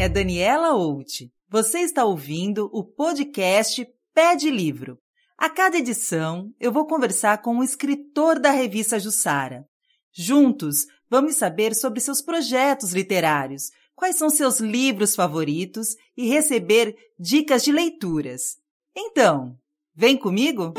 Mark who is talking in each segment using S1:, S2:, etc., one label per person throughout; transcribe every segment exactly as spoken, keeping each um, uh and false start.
S1: é Daniela Out. Você está ouvindo o podcast Pé de Livro. A cada edição, eu vou conversar com um escritor da revista Jussara. Juntos, vamos saber sobre seus projetos literários, quais são seus livros favoritos e receber dicas de leituras. Então, vem comigo?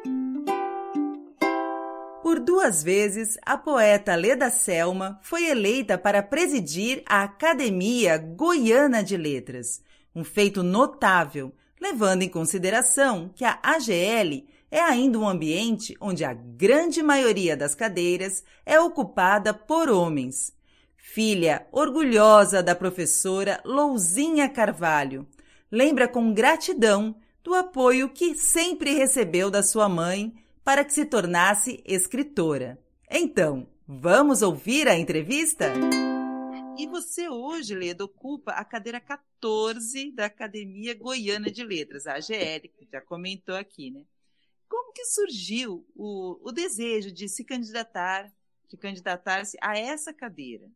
S1: Por duas vezes, a poeta Leda Selma foi eleita para presidir a Academia Goiana de Letras, um feito notável, levando em consideração que a A G L é ainda um ambiente onde a grande maioria das cadeiras é ocupada por homens. Filha orgulhosa da professora Louzinha Carvalho, lembra com gratidão do apoio que sempre recebeu da sua mãe para que se tornasse escritora. Então, vamos ouvir a entrevista? E você hoje, Leda, ocupa a cadeira quatorze da Academia Goiana de Letras, a A G L, que já comentou aqui, né? Como que surgiu o, o desejo de se candidatar, de candidatar-se a essa cadeira?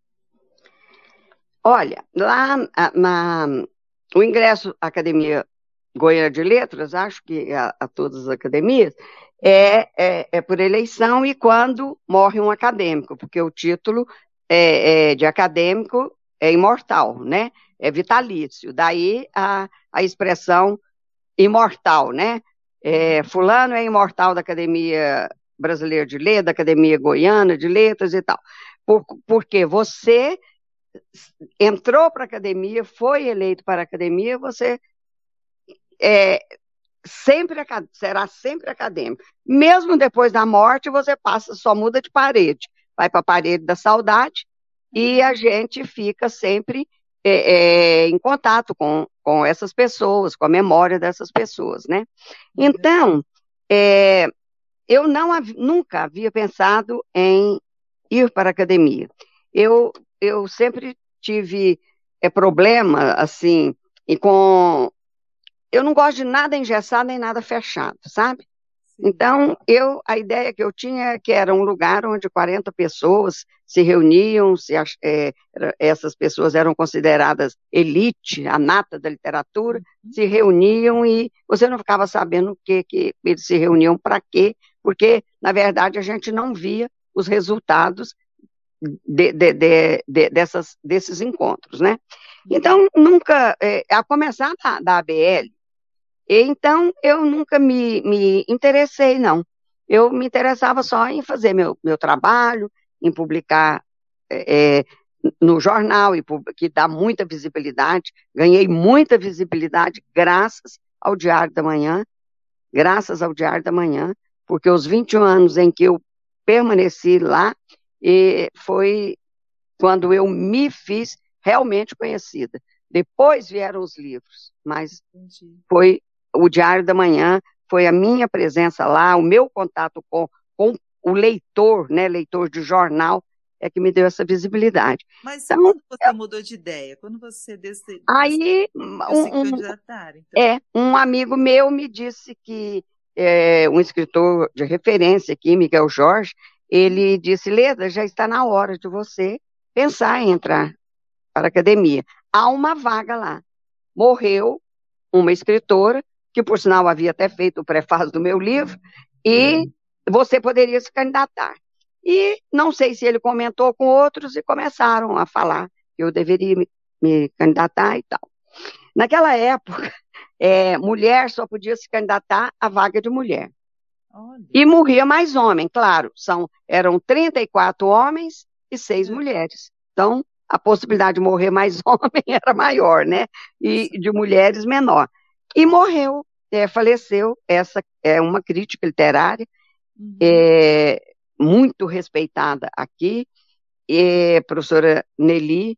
S2: Olha, lá na, o ingresso à Academia Goiana de Letras, acho que a, a todas as academias, é, é, é por eleição e quando morre um acadêmico, porque o título é, é de acadêmico é imortal, né? É vitalício. Daí a, a expressão imortal, né? É, fulano é imortal da Academia Brasileira de Letras, da Academia Goiana de Letras e tal. Por, porque você entrou para a academia, foi eleito para a academia, você é, sempre, será sempre acadêmico. Mesmo depois da morte, você passa, só muda de parede. Vai para a parede da saudade e a gente fica sempre é, é, em contato com, com essas pessoas, com a memória dessas pessoas, né? Então, é, eu não, nunca havia pensado em ir para a academia. Eu, eu sempre tive é, problema, assim, e com... Eu não gosto de nada engessado nem nada fechado, sabe? Então, eu, a ideia que eu tinha é que era um lugar onde quarenta pessoas se reuniam, se, é, essas pessoas eram consideradas elite, a nata da literatura, uhum. se reuniam e você não ficava sabendo o que, que eles se reuniam para quê, porque, na verdade, a gente não via os resultados de, de, de, de, dessas, desses encontros, né? Então, nunca, é, a começar da, da A B L, então, eu nunca me, me interessei, não. Eu me interessava só em fazer meu, meu trabalho, em publicar é, no jornal, e que dá muita visibilidade. Ganhei muita visibilidade graças ao Diário da Manhã, graças ao Diário da Manhã, porque os vinte e um anos em que eu permaneci lá, e foi quando eu me fiz realmente conhecida. Depois vieram os livros, mas foi... O Diário da Manhã foi a minha presença lá, o meu contato com, com o leitor, né, leitor de jornal, é que me deu essa visibilidade.
S1: Mas então, quando você eu... mudou de ideia? Quando você decidiu
S2: aí, um,
S1: se candidatar? Então...
S2: É, um amigo meu me disse que, é, um escritor de referência aqui, Miguel Jorge, ele disse, Leda, já está na hora de você pensar em entrar para a academia. Há uma vaga lá. Morreu uma escritora, que por sinal havia até feito o prefácio do meu livro, e você poderia se candidatar. E não sei se ele comentou com outros e começaram a falar que eu deveria me, me candidatar e tal. Naquela época, é, mulher só podia se candidatar à vaga de mulher. Olha. E morria mais homem, claro, são, eram trinta e quatro homens e seis é. mulheres. Então, a possibilidade de morrer mais homem era maior, né? E de mulheres menor. E morreu, é, faleceu, essa é uma crítica literária, uhum. é, muito respeitada aqui, é, professora Nelly,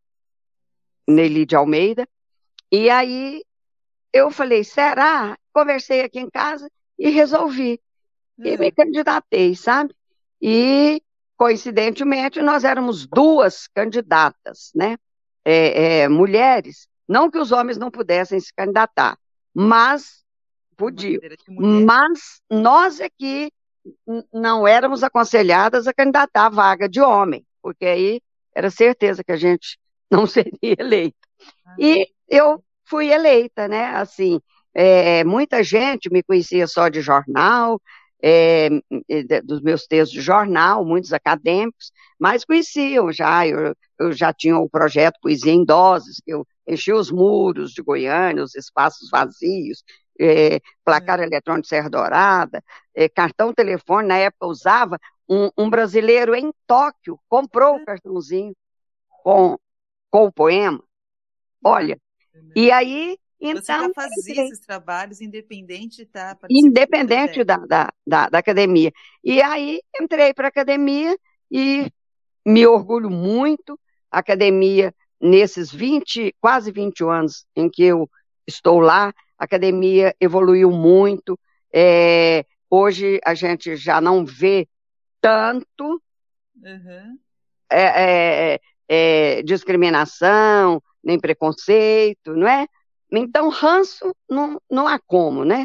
S2: Nelly de Almeida, e aí eu falei, será? Conversei aqui em casa e resolvi, uhum. e me candidatei, sabe? E, coincidentemente, nós éramos duas candidatas, né? É, é, mulheres, não que os homens não pudessem se candidatar, mas podiam. Mas nós é que não éramos aconselhadas a candidatar a vaga de homem, porque aí era certeza que a gente não seria eleita. E eu fui eleita, né? Assim, é, muita gente me conhecia só de jornal, é, dos meus textos de jornal, muitos acadêmicos, mas conheciam já, eu, eu já tinha o projeto Poesia em Doses, que eu enchi os muros de Goiânia, os espaços vazios, é, placar eletrônico Serra Dourada, é, cartão telefone, na época eu usava, um, um brasileiro em Tóquio comprou o cartãozinho com, com o poema. Olha, e aí,
S1: Você já
S2: então,
S1: fazia esses trabalhos independente de estar participando
S2: independente da, da, da, da academia. E aí, entrei para a academia e me orgulho muito. A academia, nesses vinte, quase vinte anos em que eu estou lá, a academia evoluiu muito. É, hoje a gente já não vê tanto
S1: Uhum.
S2: é, é, é, discriminação, nem preconceito, não é? Então, ranço não, não há como, né?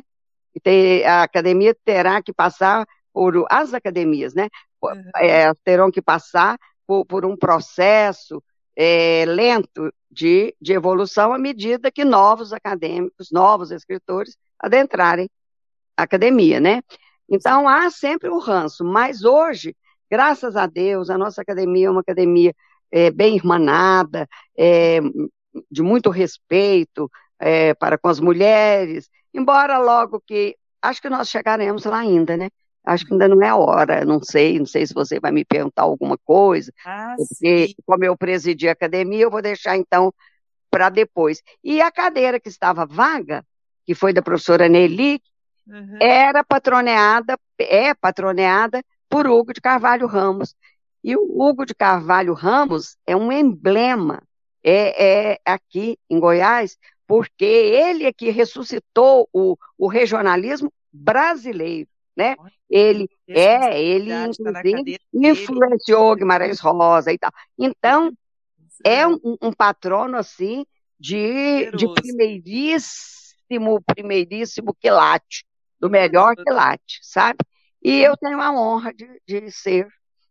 S2: A academia terá que passar por, as academias, né?
S1: Uhum.
S2: É, terão que passar por, por um processo é, lento de, de evolução à medida que novos acadêmicos, novos escritores adentrarem a academia, né? Então, há sempre o ranço, mas hoje, graças a Deus, a nossa academia é uma academia é, bem irmanada, é, de muito respeito é, para com as mulheres, embora logo que, acho que nós chegaremos lá ainda, né? Acho que ainda não é a hora, não sei, não sei se você vai me perguntar alguma coisa,
S1: Ah,
S2: porque
S1: sim.
S2: como eu presidi a academia, eu vou deixar então para depois. E a cadeira que estava vaga, que foi da professora Nelly,
S1: Uhum.
S2: era patroneada, é patroneada por Hugo de Carvalho Ramos. E o Hugo de Carvalho Ramos é um emblema é, é aqui em Goiás, porque ele é que ressuscitou o, o regionalismo brasileiro, né? Ele é, ele
S1: Responsabilidade está na
S2: inclusive
S1: cadeira dele.
S2: influenciou Guimarães Rosa e tal. Então, é um, um patrono assim de, de
S1: Poderoso.
S2: primeiríssimo, primeiríssimo quilate, do melhor
S1: Poderoso.
S2: quilate, sabe? E eu tenho a honra de, de ser,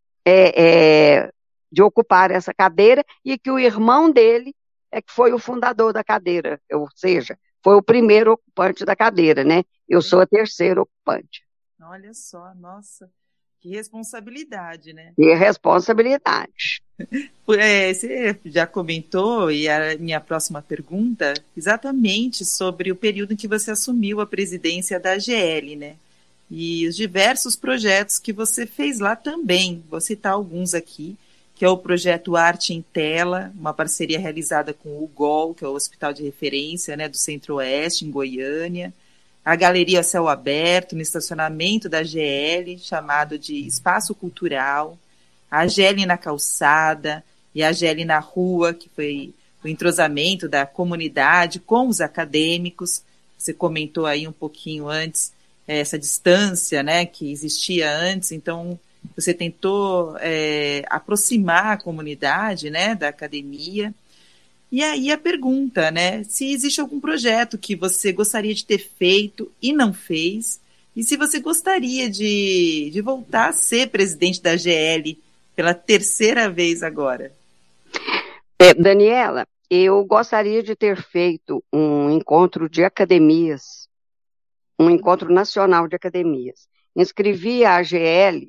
S2: é, é, de ocupar essa cadeira e que o irmão dele é que foi o fundador da cadeira, ou seja, foi o primeiro ocupante da cadeira, né? Eu sou a terceira ocupante.
S1: Olha só, nossa, que responsabilidade, né?
S2: E responsabilidade.
S1: É, você já comentou, e a minha próxima pergunta, exatamente sobre o período em que você assumiu a presidência da A G L, né? E os diversos projetos que você fez lá também. Vou citar alguns aqui, que é o projeto Arte em Tela, uma parceria realizada com o U G O L, que é o Hospital de Referência, né, do Centro-Oeste, em Goiânia. A Galeria Céu Aberto, no estacionamento da A G L, chamado de Espaço Cultural. A A G L na Calçada e a A G L na Rua, que foi o entrosamento da comunidade com os acadêmicos. Você comentou aí um pouquinho antes essa distância, né, que existia antes, então você tentou é, aproximar a comunidade, né, da academia. E aí a pergunta, né, se existe algum projeto que você gostaria de ter feito e não fez, e se você gostaria de, de voltar a ser presidente da A G L pela terceira vez agora.
S2: É, Daniela, eu gostaria de ter feito um encontro de academias, um encontro nacional de academias. Inscrevi a A G L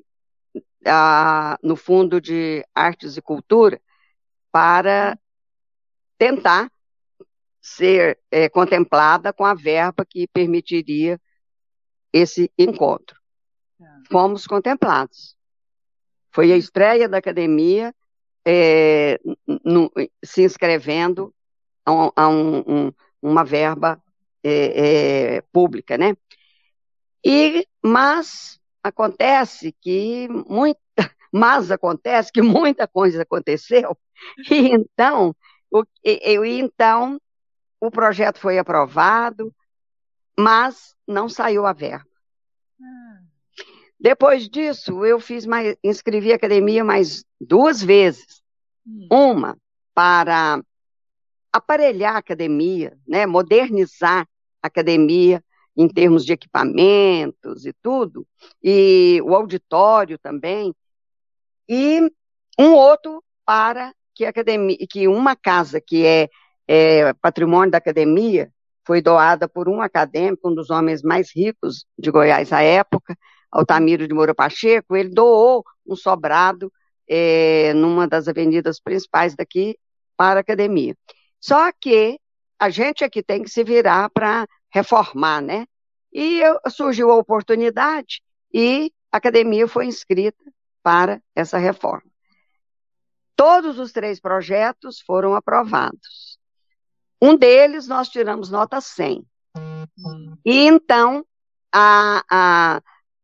S2: ah, no Fundo de Artes e Cultura para tentar ser é, contemplada com a verba que permitiria esse encontro. Fomos contemplados. Foi a estreia da academia é, no, se inscrevendo a, um, a um, um, uma verba é, é, pública, né? E, mas acontece que muita, mas acontece que muita coisa aconteceu, e então, o, e, e, então o projeto foi aprovado, mas não saiu a verba. Depois disso, eu fiz mais, inscrevi a academia mais duas vezes. Uma para aparelhar a academia, né, modernizar a academia em termos de equipamentos e tudo, e o auditório também, e um outro para que a academia, que uma casa que é é, patrimônio da academia, foi doada por um acadêmico, um dos homens mais ricos de Goiás à época, Altamiro de Moura Pacheco. Ele doou um sobrado é, numa das avenidas principais daqui para a academia. Só que a gente aqui tem que se virar para reformar, né? E eu, surgiu a oportunidade e a academia foi inscrita para essa reforma. Todos os três projetos foram aprovados. Um deles nós tiramos nota cem. Hum. E então, a, a,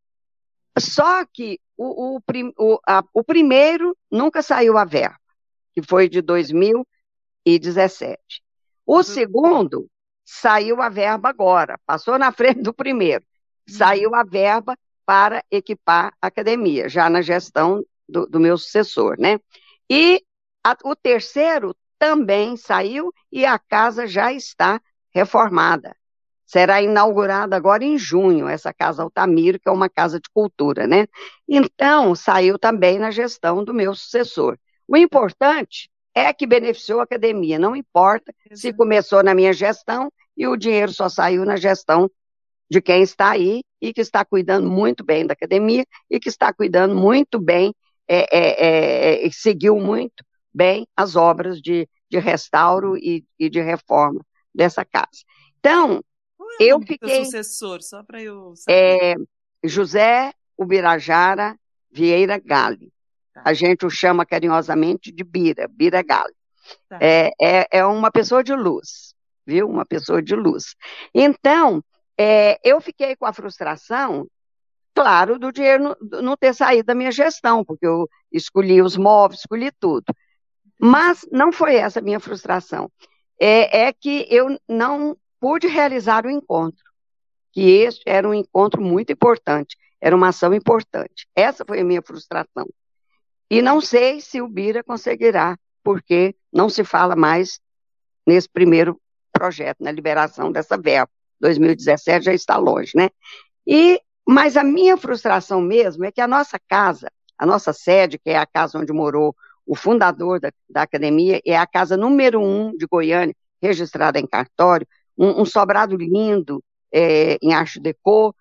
S2: só que o, o, o, a, o primeiro nunca saiu a verba, que foi de dois mil e dezessete. O uhum. segundo saiu a verba agora, passou na frente do primeiro. Uhum. Saiu a verba para equipar a academia, já na gestão do, do meu sucessor, né? E a, o terceiro também saiu e a casa já está reformada. Será inaugurada agora em junho, essa Casa Altamiro, que é uma casa de cultura, né? Então, saiu também na gestão do meu sucessor. O importante é que beneficiou a academia, não importa se começou na minha gestão e o dinheiro só saiu na gestão de quem está aí e que está cuidando muito bem da academia e que está cuidando muito bem, é, é, é, seguiu muito bem as obras de, de restauro e, e de reforma dessa casa. Então,
S1: qual é o
S2: eu
S1: nome
S2: fiquei...
S1: do sucessor, só para eu saber.
S2: É, José Ubirajara Vieira Gale. Tá. A gente o chama carinhosamente de Bira, Bira Gale. Tá. É, é, é uma pessoa de luz, viu? Uma pessoa de luz. Então, é, eu fiquei com a frustração, claro, do dinheiro não, não ter saído da minha gestão, porque eu escolhi os móveis, escolhi tudo. Mas não foi essa a minha frustração. É, é que eu não pude realizar o encontro, que esse era um encontro muito importante, era uma ação importante. Essa foi a minha frustração. E não sei se o Bira conseguirá, porque não se fala mais nesse primeiro projeto, na liberação dessa verba. dois mil e dezessete já está longe, né? E, mas a minha frustração mesmo é que a nossa casa, a nossa sede, que é a casa onde morou o fundador da, da academia, é a casa número um de Goiânia, registrada em cartório, um, um sobrado lindo, é, em arte déco.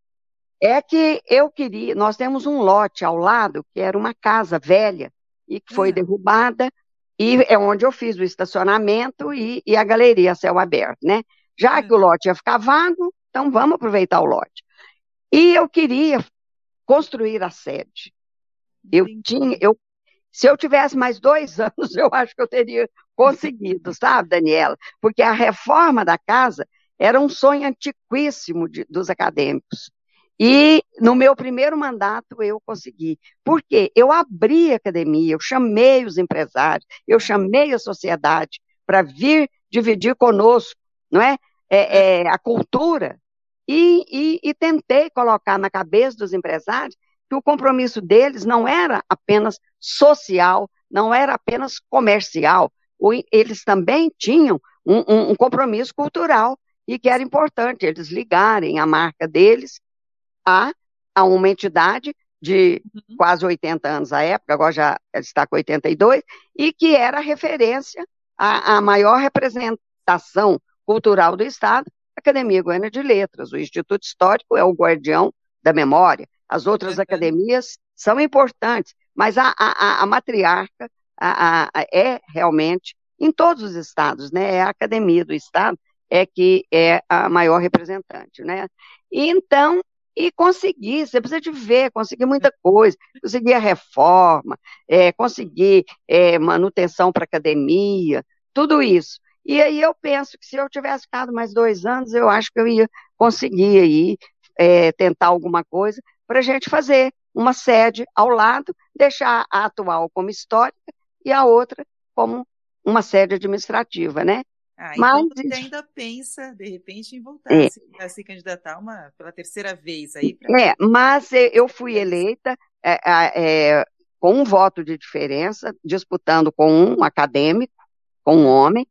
S2: É que eu queria, nós temos um lote ao lado, que era uma casa velha, e que foi é. derrubada, e é onde eu fiz o estacionamento e, e a galeria a céu aberto, né? Já é. que o lote ia ficar vago, então vamos aproveitar o lote. E eu queria construir a sede. Eu tinha, eu, se eu tivesse mais dois anos, eu acho que eu teria conseguido, sabe, Daniela? Porque a reforma da casa era um sonho antiquíssimo de, dos acadêmicos. E no meu primeiro mandato eu consegui. Por quê? Eu abri a academia, eu chamei os empresários, eu chamei a sociedade para vir dividir conosco, não é? É, é a cultura. E, e, e tentei colocar na cabeça dos empresários que o compromisso deles não era apenas social, não era apenas comercial. Eles também tinham um, um, um compromisso cultural e que era importante eles ligarem a marca deles A, a uma entidade de uhum. quase oitenta anos à época, agora já está com oitenta e dois, e que era referência à, à maior representação cultural do Estado, a Academia Goiana de Letras. O Instituto Histórico é o guardião da memória, as outras uhum. academias são importantes, mas a, a, a matriarca a, a, é realmente, em todos os estados, né, é a Academia do Estado, é que é a maior representante, né? E então, E consegui, você precisa de ver, consegui muita coisa, consegui a reforma, é, consegui é, manutenção para a academia, tudo isso. E aí eu penso que se eu tivesse ficado mais dois anos, eu acho que eu ia conseguir aí, é, tentar alguma coisa para a gente fazer uma sede ao lado, deixar a atual como histórica e a outra como uma sede administrativa, né?
S1: Ah, então mas, você ainda pensa, de repente, em voltar é, a, se, a se candidatar uma, pela terceira vez aí? Pra...
S2: É, mas eu fui eleita é, é, com um voto de diferença, disputando com um acadêmico, com um homem.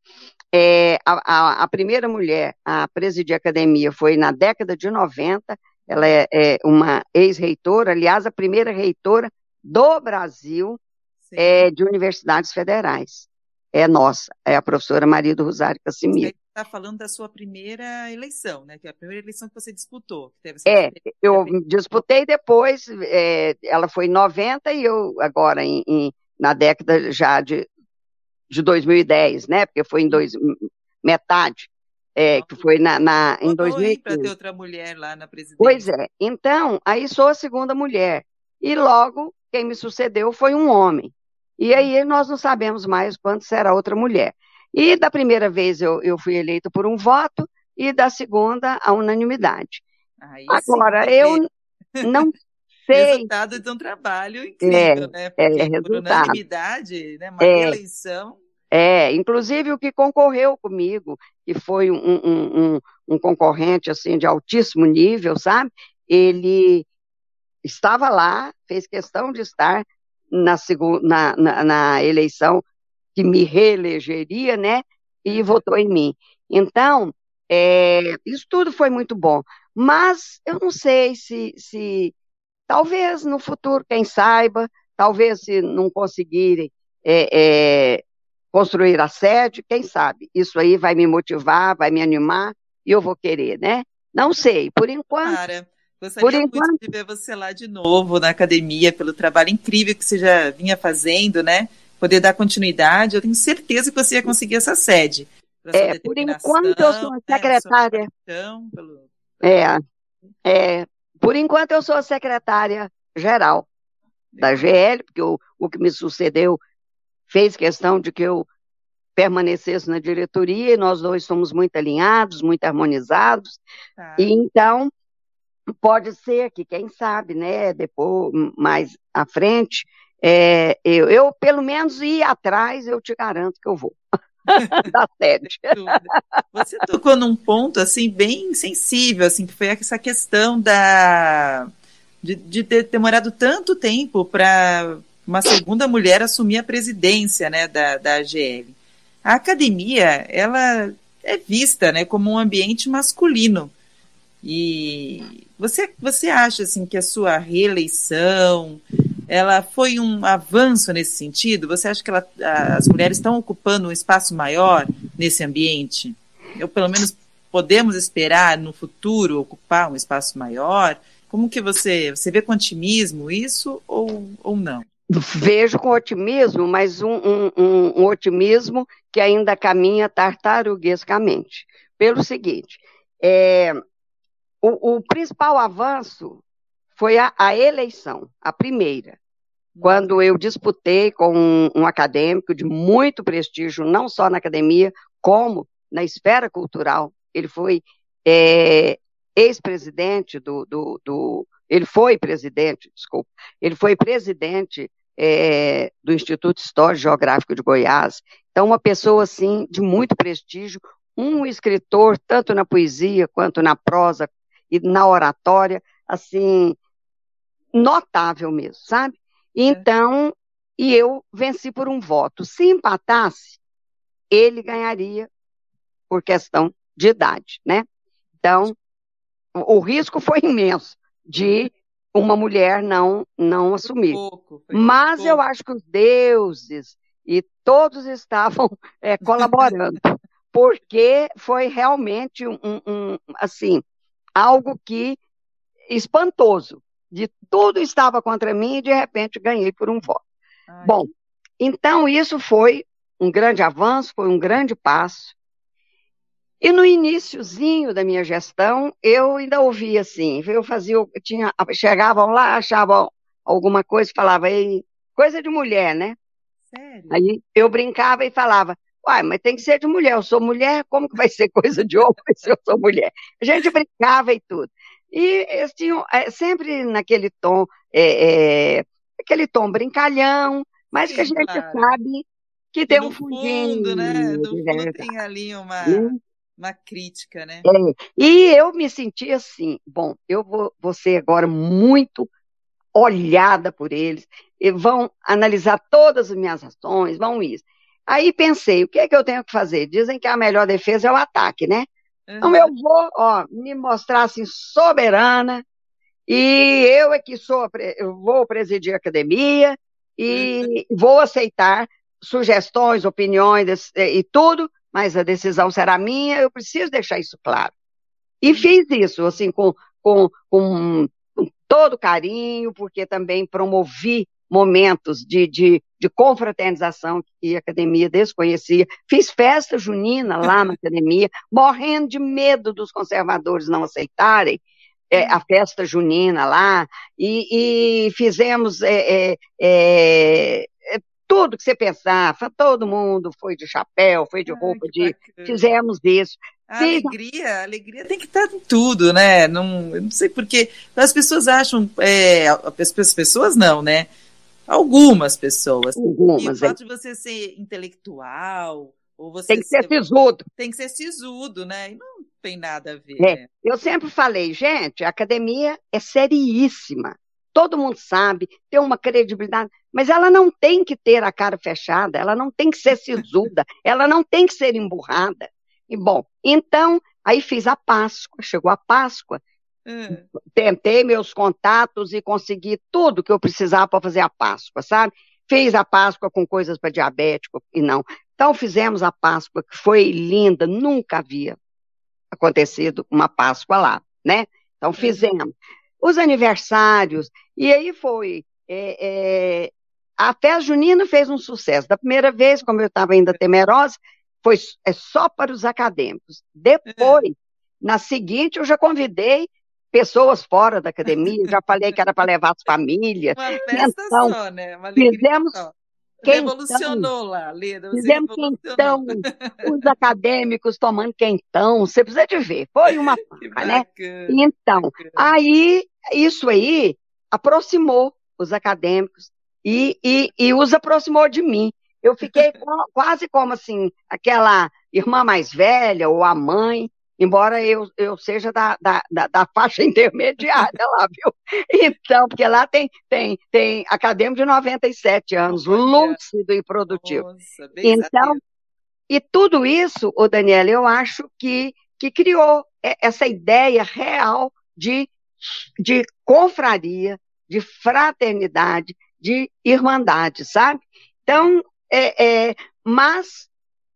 S2: É, a, a, a primeira mulher a presidir a academia foi na década de noventa, ela é, é uma ex-reitora, aliás, a primeira reitora do Brasil é, de universidades federais. é nossa, é a professora Maria do Rosário
S1: Você
S2: Casimiro.
S1: está falando da sua primeira eleição, né? Que é a primeira eleição que você disputou. Que teve essa
S2: É, eu
S1: experiência.
S2: disputei depois, é, ela foi em noventa e eu agora em, em- na década já de, de dois mil e dez, né? Porque foi em dois, metade, é, que foi na, na, em
S1: Demorou, hein, para ter
S2: dois mil e quinze.
S1: outra mulher lá na
S2: Pois
S1: presidência.
S2: é, então, aí sou a segunda mulher. E logo, quem me sucedeu foi um homem. E aí nós não sabemos mais quando será outra mulher. E da primeira vez eu, eu fui eleita por um voto, e da segunda, a unanimidade.
S1: Aí sim,
S2: Agora,
S1: você
S2: eu
S1: vê.
S2: não sei,
S1: Resultado de um trabalho
S2: é,
S1: incrível, né?
S2: é
S1: Porque por
S2: resultado.
S1: unanimidade, né, uma
S2: É,
S1: reeleição.
S2: é, inclusive o que concorreu comigo, que foi um, um, um, um concorrente assim de altíssimo nível, sabe? Ele estava lá, fez questão de estar na, segunda, na, na, na eleição que me reelegeria, né? E
S1: Uhum.
S2: votou em mim. Então, é, isso tudo foi muito bom. Mas eu não sei se, se talvez no futuro, quem saiba, talvez se não conseguirem é, é, construir a sede, quem sabe? Isso aí vai me motivar, vai me animar e eu vou querer, né? Não sei, por enquanto,
S1: Cara,
S2: por
S1: gostaria muito
S2: enquanto,
S1: de ver você lá de novo na academia, pelo trabalho incrível que você já vinha fazendo, né? Poder dar continuidade. Eu tenho certeza que você ia conseguir essa sede, pela sua
S2: é, por enquanto eu
S1: determinação,
S2: sou a
S1: né? Da sua
S2: secretária,
S1: paixão pelo.
S2: é, é, por enquanto eu sou a secretária geral da
S1: Legal.
S2: G L, porque o, o que me sucedeu fez questão de que eu permanecesse na diretoria, e nós dois somos muito alinhados, muito harmonizados, e
S1: Tá.
S2: então pode ser que, quem sabe, né, depois, mais à frente, é, eu, eu, pelo menos ir atrás, eu te garanto que eu vou, da sede.
S1: Dúvida. Você tocou num ponto assim bem sensível, assim, que foi essa questão da de, de ter demorado tanto tempo para uma segunda mulher assumir a presidência, né, da, da A G L. A academia, ela é vista, né, como um ambiente masculino. E você, você acha assim que a sua reeleição ela foi um avanço nesse sentido? Você acha que ela, as mulheres estão ocupando um espaço maior nesse ambiente? Ou pelo menos podemos esperar no futuro ocupar um espaço maior? Como que você, você vê com otimismo isso ou, ou não?
S2: Vejo com otimismo, mas um, um, um, um otimismo que ainda caminha tartaruguescamente. Pelo seguinte, é, o, o principal avanço foi a, a eleição, a primeira, quando eu disputei com um, um acadêmico de muito prestígio, não só na academia, como na esfera cultural. Ele foi é, ex-presidente do, do, do. Ele foi presidente, desculpa, ele foi presidente é, do Instituto Histórico e Geográfico de Goiás. Então, uma pessoa, assim, de muito prestígio, um escritor, tanto na poesia quanto na prosa e na oratória, assim, notável mesmo, sabe?
S1: É.
S2: Então, e eu venci por um voto. Se empatasse, ele ganharia por questão de idade, né? Então, o, o risco foi imenso de uma mulher não não
S1: Por
S2: assumir.
S1: pouco, foi por
S2: Mas eu
S1: pouco.
S2: acho que os deuses e todos estavam é, colaborando, porque foi realmente um, um, um, assim, algo que espantoso. De tudo estava contra mim e de repente ganhei por um voto.
S1: Ai,
S2: Bom, então isso foi um grande avanço, foi um grande passo. E no iniciozinho da minha gestão, eu ainda ouvia assim, eu fazia, eu tinha, chegavam lá, achavam alguma coisa e falavam, "Ei, coisa de mulher, né?
S1: sério?
S2: Aí eu brincava e falava, uai, mas tem que ser de mulher, eu sou mulher, como que vai ser coisa de homem se eu sou mulher? A gente brincava e tudo. E eles tinham é, sempre naquele tom, é, é, aquele tom brincalhão, mas que a
S1: Sim,
S2: gente
S1: claro.
S2: sabe que
S1: Que
S2: tem um
S1: no fundo, né?
S2: fundinho
S1: No
S2: de
S1: fundo
S2: verdade,
S1: tem ali
S2: né?
S1: uma, uma crítica, né?
S2: É, e eu me senti assim, bom, eu vou, vou ser agora muito olhada por eles, e vão analisar todas as minhas ações, vão isso. Aí pensei, o que é que eu tenho que fazer? Dizem que a melhor defesa é o ataque, né? Então eu
S1: Aham.
S2: vou, ó, me mostrar assim soberana, e eu é que sou, eu vou presidir a academia e vou aceitar, sugestões, opiniões e tudo, mas a decisão será minha, eu preciso deixar isso claro. E fiz isso, assim, com, com, com, com todo carinho, porque também promovi momentos de, de, de confraternização que a academia desconhecia. Fiz festa junina lá na academia, morrendo de medo dos conservadores não aceitarem é, a festa junina lá, e, e fizemos é, é, é, tudo que você pensar, todo mundo foi de chapéu, foi de roupa, de bacana. Fizemos isso.
S1: A alegria, a alegria tem que estar em tudo, né? Não, eu não sei porque as pessoas acham, é, as pessoas não, né? Algumas pessoas.
S2: Algumas,
S1: e o fato é. de você ser intelectual, ou você
S2: tem que ser, ser sisudo.
S1: Tem que ser sisudo, né? E não tem nada a ver.
S2: É,
S1: né?
S2: Eu sempre falei, gente, a academia é seríssima. Todo mundo sabe, tem uma credibilidade, mas ela não tem que ter a cara fechada, ela não tem que ser sisuda, ela não tem que ser emburrada. E, bom, então, aí fiz a Páscoa, chegou a Páscoa, hum. tentei meus contatos e consegui tudo que eu precisava para fazer a Páscoa, sabe? Fiz a Páscoa com coisas para diabético e não. Então, fizemos a Páscoa, que foi linda, nunca havia acontecido uma Páscoa lá, né? Então, fizemos. Hum. Os aniversários, e aí foi... É, é, a festa junina fez um sucesso. Da primeira vez, como eu estava ainda temerosa, foi é só para os acadêmicos. Depois, uhum. na seguinte, eu já convidei pessoas fora da academia, já falei que era para levar as famílias.
S1: Uma festa
S2: então,
S1: só, né? Uma alegria
S2: fizemos
S1: só.
S2: Quentão,
S1: revolucionou lá, Leda. Você
S2: fizemos quentão, os acadêmicos tomando quentão, você precisa de ver, foi uma farra, né? Então, bacana. aí, isso aí aproximou os acadêmicos e, e, e os aproximou de mim. Eu fiquei quase como assim, aquela irmã mais velha ou a mãe, embora eu, eu seja da, da, da, da faixa intermediária lá, viu? Então, porque lá tem, tem, tem acadêmico de noventa e sete anos, lúcido e produtivo.
S1: Nossa, bem
S2: então, sabido. E tudo isso, ô Daniela, eu acho que, que criou essa ideia real de, de confraria, de fraternidade, de irmandade, sabe? Então, é, é, mas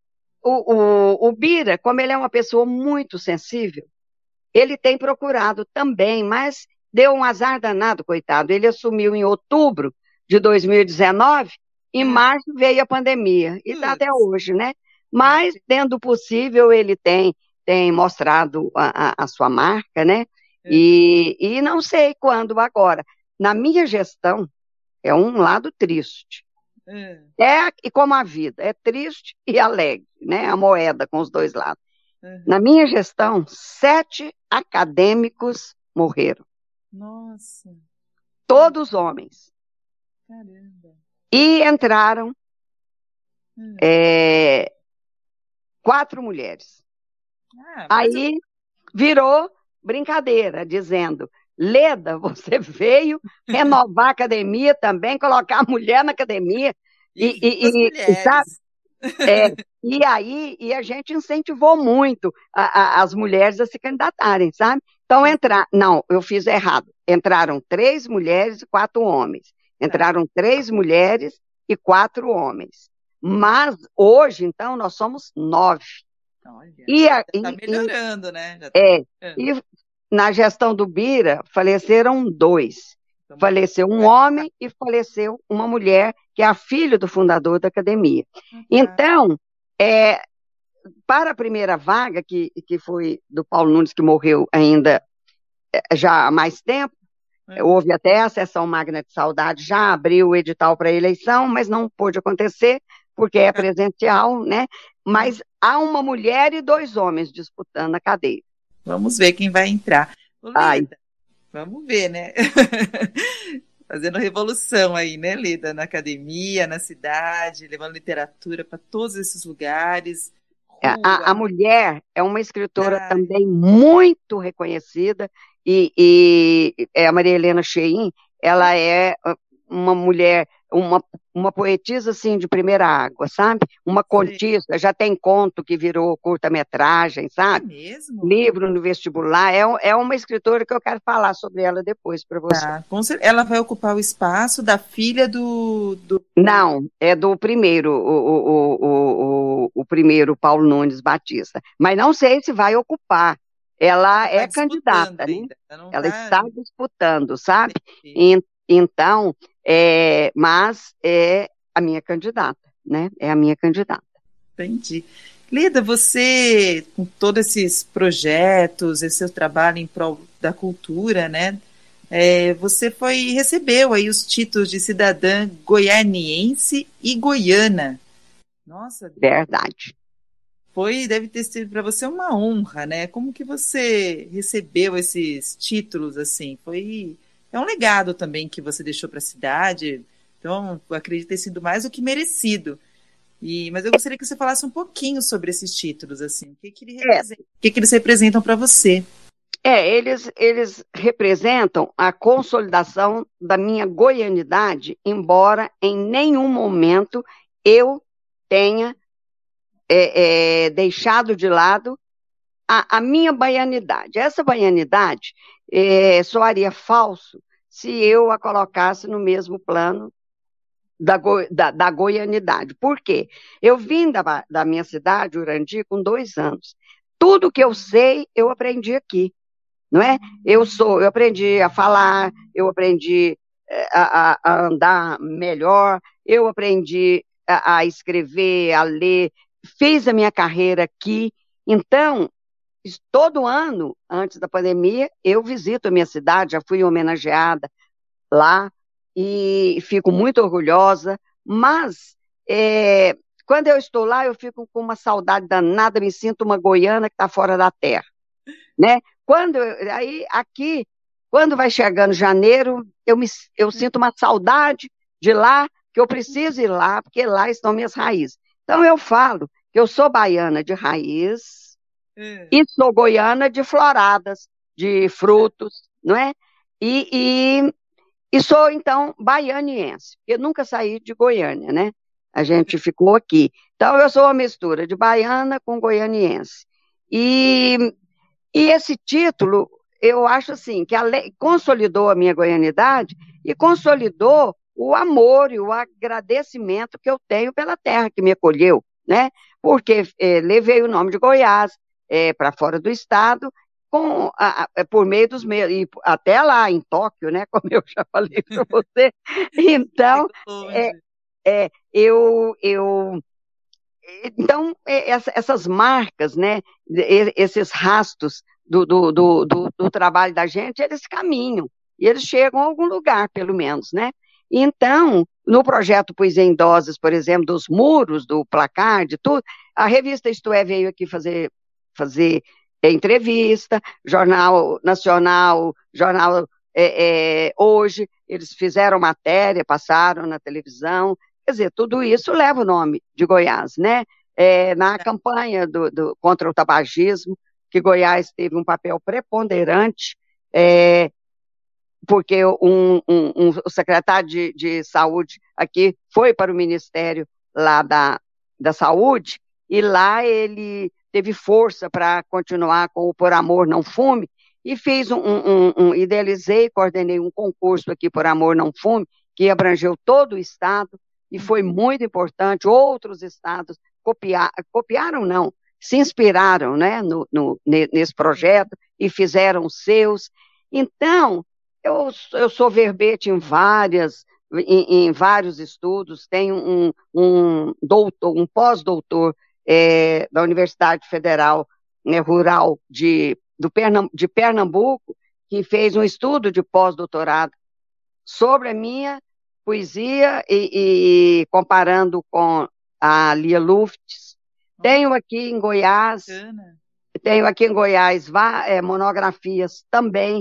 S2: o, o, o Bira, como ele é uma pessoa muito sensível, ele tem procurado também, mas deu um azar danado, coitado. Ele assumiu em outubro de dois mil e dezenove, em março veio a pandemia, e está até hoje, né? Mas, dentro do possível, ele tem, tem mostrado a, a, a sua marca, né? E, e não sei quando agora. Na minha gestão, é um lado triste. É, e como a vida, é triste e alegre, né? A moeda com os dois lados. Uhum. Na minha gestão, sete acadêmicos morreram.
S1: Nossa.
S2: Todos homens.
S1: Caramba.
S2: E entraram uhum. é, quatro mulheres. Ah, Aí eu... virou brincadeira, dizendo... Leda, você veio renovar a academia também, colocar a mulher na academia. E, e, e, e, sabe? É, e aí e a gente incentivou muito a, a, as mulheres a se candidatarem, sabe? Então, entrar. Não, eu fiz errado. Entraram três mulheres e quatro homens. Entraram três mulheres e quatro homens. Mas hoje, então, nós somos nove.
S1: Olha,
S2: e
S1: já está melhorando,
S2: e,
S1: né? Já tá...
S2: É. E na gestão do Bira, faleceram dois. Então, faleceu um homem e faleceu uma mulher, que é a filha do fundador da academia. Uhum. Então, é, para a primeira vaga, que, que foi do Paulo Nunes, que morreu ainda já há mais tempo, uhum. houve até a sessão magna de saudade, já abriu o edital para a eleição, mas não pôde acontecer, porque é presencial, né? Mas há uma mulher e dois homens disputando a cadeira.
S1: Vamos ver quem vai entrar. Ô, Leda,
S2: Ai.
S1: Vamos ver, né? Fazendo revolução aí, né, Leda? Na academia, na cidade, levando literatura para todos esses lugares.
S2: A, a mulher é uma escritora Ai. também muito reconhecida, e, e é a Maria Helena Cheim, ela é uma mulher, uma, uma poetisa assim de primeira água, sabe? Uma
S1: Sei.
S2: contista, já tem conto que virou curta-metragem,
S1: É
S2: sabe?
S1: mesmo?
S2: Livro no vestibular, é, um- é uma escritora que eu quero falar sobre ela depois para você.
S1: Tá. Com cer- Ela vai ocupar o espaço da filha do, do...
S2: Não, é do primeiro, o, o, o, o, o primeiro Paulo Nunes Batista, mas não sei se vai ocupar. Ela
S1: Ela está
S2: é
S1: disputando
S2: candidata, né?
S1: ainda. Ela não
S2: Ela
S1: está...
S2: está disputando, sabe? En- Então, é, mas é a minha candidata, né? É a minha candidata.
S1: Entendi. Lida, você, com todos esses projetos, esse seu trabalho em prol da cultura, né? É, você foi, recebeu aí os títulos de cidadã goianiense e goiana. Nossa,
S2: Verdade.
S1: foi, deve ter sido para você uma honra, né? Como que você recebeu esses títulos assim? Foi, é um legado também que você deixou para a cidade. Então, eu acredito ter sido mais do que merecido. E, mas eu gostaria que você falasse um pouquinho sobre esses títulos, assim, o que que ele
S2: É,
S1: representa, o que que eles representam para você.
S2: é eles, eles representam a consolidação da minha goianidade, embora em nenhum momento eu tenha é, é, deixado de lado a, a minha baianidade. Essa baianidade é, soaria falso se eu a colocasse no mesmo plano da, go, da, da goianidade. Por quê? Eu vim da, da minha cidade, Urandi, com dois anos. Tudo que eu sei, eu aprendi aqui, não é? Eu sou, eu aprendi a falar, eu aprendi a, a, a andar melhor, eu aprendi a, a escrever, a ler, fiz a minha carreira aqui. Então, todo ano, antes da pandemia, eu visito a minha cidade, já fui homenageada lá e fico muito orgulhosa, mas é, quando eu estou lá, eu fico com uma saudade danada, me sinto uma goiana que está fora da terra, né? Quando eu, aí aqui, quando vai chegando janeiro, eu me eu sinto uma saudade de lá, que eu preciso ir lá, porque lá estão minhas raízes. Então eu falo que eu sou baiana de raiz,
S1: É.
S2: e sou goiana de floradas, de frutos, não é? E, e, e sou, então, baianiense. Eu nunca saí de Goiânia, né? A gente ficou aqui. Então, eu sou uma mistura de baiana com goianiense. E, e esse título, eu acho assim, que ale- consolidou a minha goianidade e consolidou o amor e o agradecimento que eu tenho pela terra que me acolheu, né? Porque eh, levei o nome de Goiás para fora do estado, com, a- a- por meio dos meus, e até lá em Tóquio, né? Como eu já falei para você. Então,
S1: Chegou
S2: é,
S1: longe.
S2: é, eu, eu então, é, essa- essas marcas, né, e- esses rastros do, do, do, do- do trabalho da gente, eles caminham, e eles chegam a algum lugar, pelo menos, né? Então, no projeto Poesia em Doses, por exemplo, dos muros, do placar, de tudo, a revista Isto É veio aqui fazer, fazer é, entrevista, Jornal Nacional, Jornal é, é, Hoje, eles fizeram matéria, passaram na televisão. Quer dizer, tudo isso leva o nome de Goiás, né? É, na campanha do, do- contra o tabagismo, que Goiás teve um papel preponderante, é, porque um, um- um- o secretário de, de saúde aqui foi para o Ministério lá da, da Saúde, e lá ele teve força para continuar com o Por Amor Não Fume, e fiz um, um, um, um- idealizei, coordenei um concurso aqui, Por Amor Não Fume, que abrangeu todo o estado, e foi muito importante. Outros estados copiar, copiaram, não, se inspiraram, né, no, no, nesse projeto e fizeram os seus. Então, eu, eu sou verbete em várias, em, em vários estudos, tenho um, um doutor, um pós-doutor é, da Universidade Federal, né, Rural de, do Pernam, de Pernambuco, que fez um estudo de pós-doutorado sobre a minha poesia e, e comparando com a Lia Lufts.
S1: Nossa,
S2: Tenho aqui em Goiás
S1: bacana.
S2: tenho aqui em Goiás vá, é, monografias também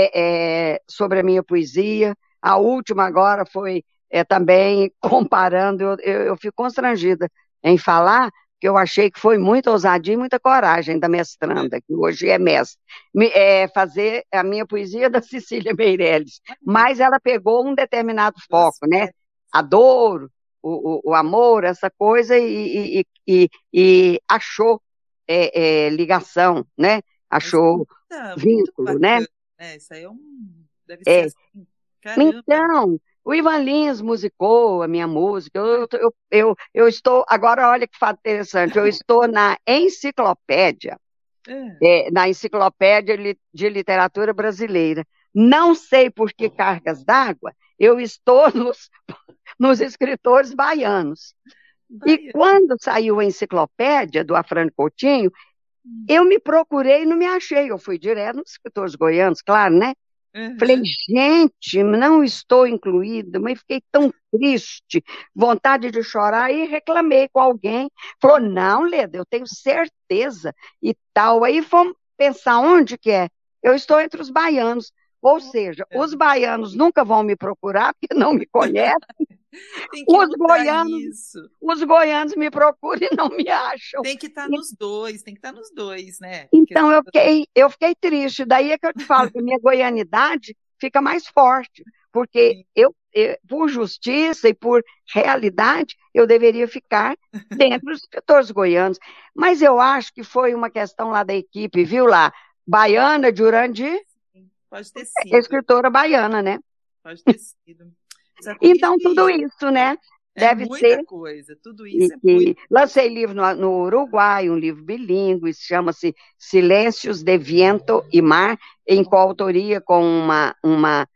S2: é, é, sobre a minha poesia. A última agora foi é, também comparando, eu, eu, eu fico constrangida em falar, que eu achei que foi muita ousadia e muita coragem da mestranda, que hoje é mestre, me, é, fazer a minha poesia da Cecília Meirelles. Mas ela pegou um determinado foco, né? A dor, o, o, o amor, essa coisa, e, e, e, e achou é, é, ligação, né? Achou
S1: Nossa,
S2: vínculo, né?
S1: né? Isso aí é um... deve
S2: É.
S1: ser assim, caramba.
S2: Então, o Ivan Lins musicou a minha música. Eu, eu, eu, eu estou, agora olha que fato interessante, eu estou na enciclopédia,
S1: É.
S2: é, na enciclopédia de literatura brasileira. Não sei por que cargas d'água, eu estou nos, nos escritores baianos. E quando saiu a enciclopédia do Afrânio Coutinho, eu me procurei e não me achei. Eu fui direto nos escritores goianos, claro, né?
S1: Uhum.
S2: Falei, gente, não estou incluída, mas fiquei tão triste, vontade de chorar, e reclamei com alguém. Falou, não, Leda, eu tenho certeza e tal. Aí fomos pensar onde que é. Eu estou entre os baianos, ou seja, os baianos nunca vão me procurar, porque não me conhecem.
S1: Tem que
S2: Os goianos,
S1: isso.
S2: os goianos me procuram e não me acham.
S1: Tem que estar nos dois, tem que estar nos dois, né?
S2: Então eu fiquei, eu fiquei triste. Daí é que eu te falo que a minha goianidade fica mais forte, porque eu, eu, por justiça e por realidade, eu deveria ficar dentro dos escritores goianos. Mas eu acho que foi uma questão lá da equipe, viu lá? Baiana de Urandi,
S1: pode ter sido.
S2: Escritora baiana, né?
S1: Pode ter sido.
S2: Então, tudo isso, né?
S1: É
S2: Deve
S1: muita
S2: ser.
S1: coisa, tudo isso
S2: e,
S1: é muito...
S2: Lancei livro no, no Uruguai, um livro bilíngue, chama-se Silêncios de Viento e Mar, em coautoria com uma, uma,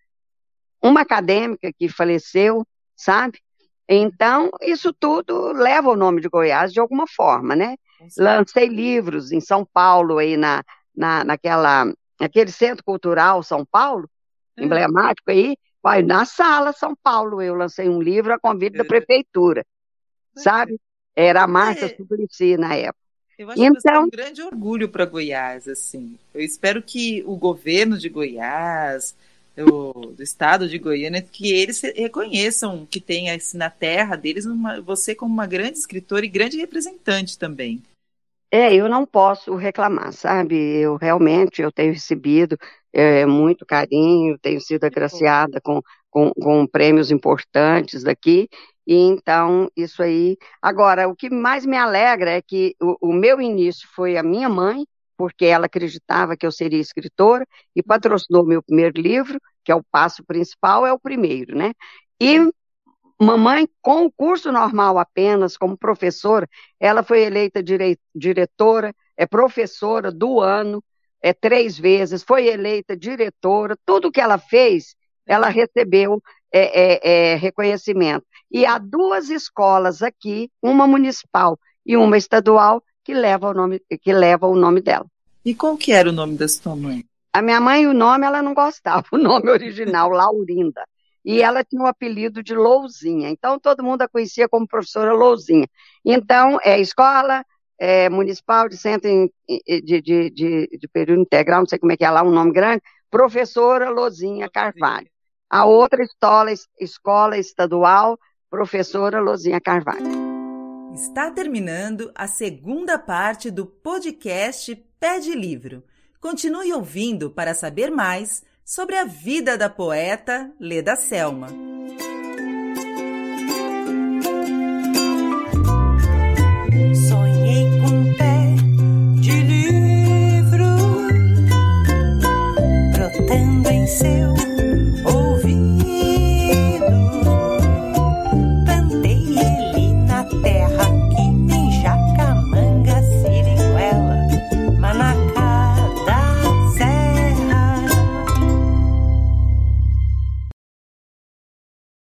S2: uma acadêmica que faleceu, sabe? Então, isso tudo leva o nome de Goiás de alguma forma, né? Lancei livros em São Paulo, aí na, na, naquela, naquele Centro Cultural São Paulo, é. emblemático aí, vai na Sala São Paulo, eu lancei um livro a convite da prefeitura. Sabe? Era a Marta Suplicy na época.
S1: Eu acho então, que vai ser um grande orgulho para Goiás, assim. Eu espero que o governo de Goiás, do, do estado de Goiânia, que eles reconheçam que tem assim, na terra deles uma, você como uma grande escritora e grande representante também.
S2: É, eu não posso reclamar, sabe? Eu realmente eu tenho recebido é, muito carinho, tenho sido agraciada com, com, com prêmios importantes daqui. E então, isso aí... Agora, o que mais me alegra é que o, o meu início foi a minha mãe, porque ela acreditava que eu seria escritora, e patrocinou meu primeiro livro, que é o Passo Principal, é o primeiro, né? E mamãe, com o curso normal apenas, como professora, ela foi eleita dire, diretora, é professora do ano, é três vezes, foi eleita diretora, tudo que ela fez, ela recebeu é, é, é, reconhecimento. E há duas escolas aqui, uma municipal e uma estadual, que levam o nome, que levam o nome dela.
S1: E qual que era o nome da sua mãe?
S2: A minha mãe, o nome ela não gostava, o nome original, Laurinda. E ela tinha o apelido de Louzinha, então todo mundo a conhecia como professora Louzinha. Então, é escola é, municipal de centro de, de, de, de período integral, não sei como é que é lá, um nome grande, professora Louzinha Carvalho. A outra escola, escola estadual, professora Louzinha Carvalho.
S1: Está terminando a segunda parte do podcast Pé de Livro. Continue ouvindo para saber mais sobre a vida da poeta Leda Selma.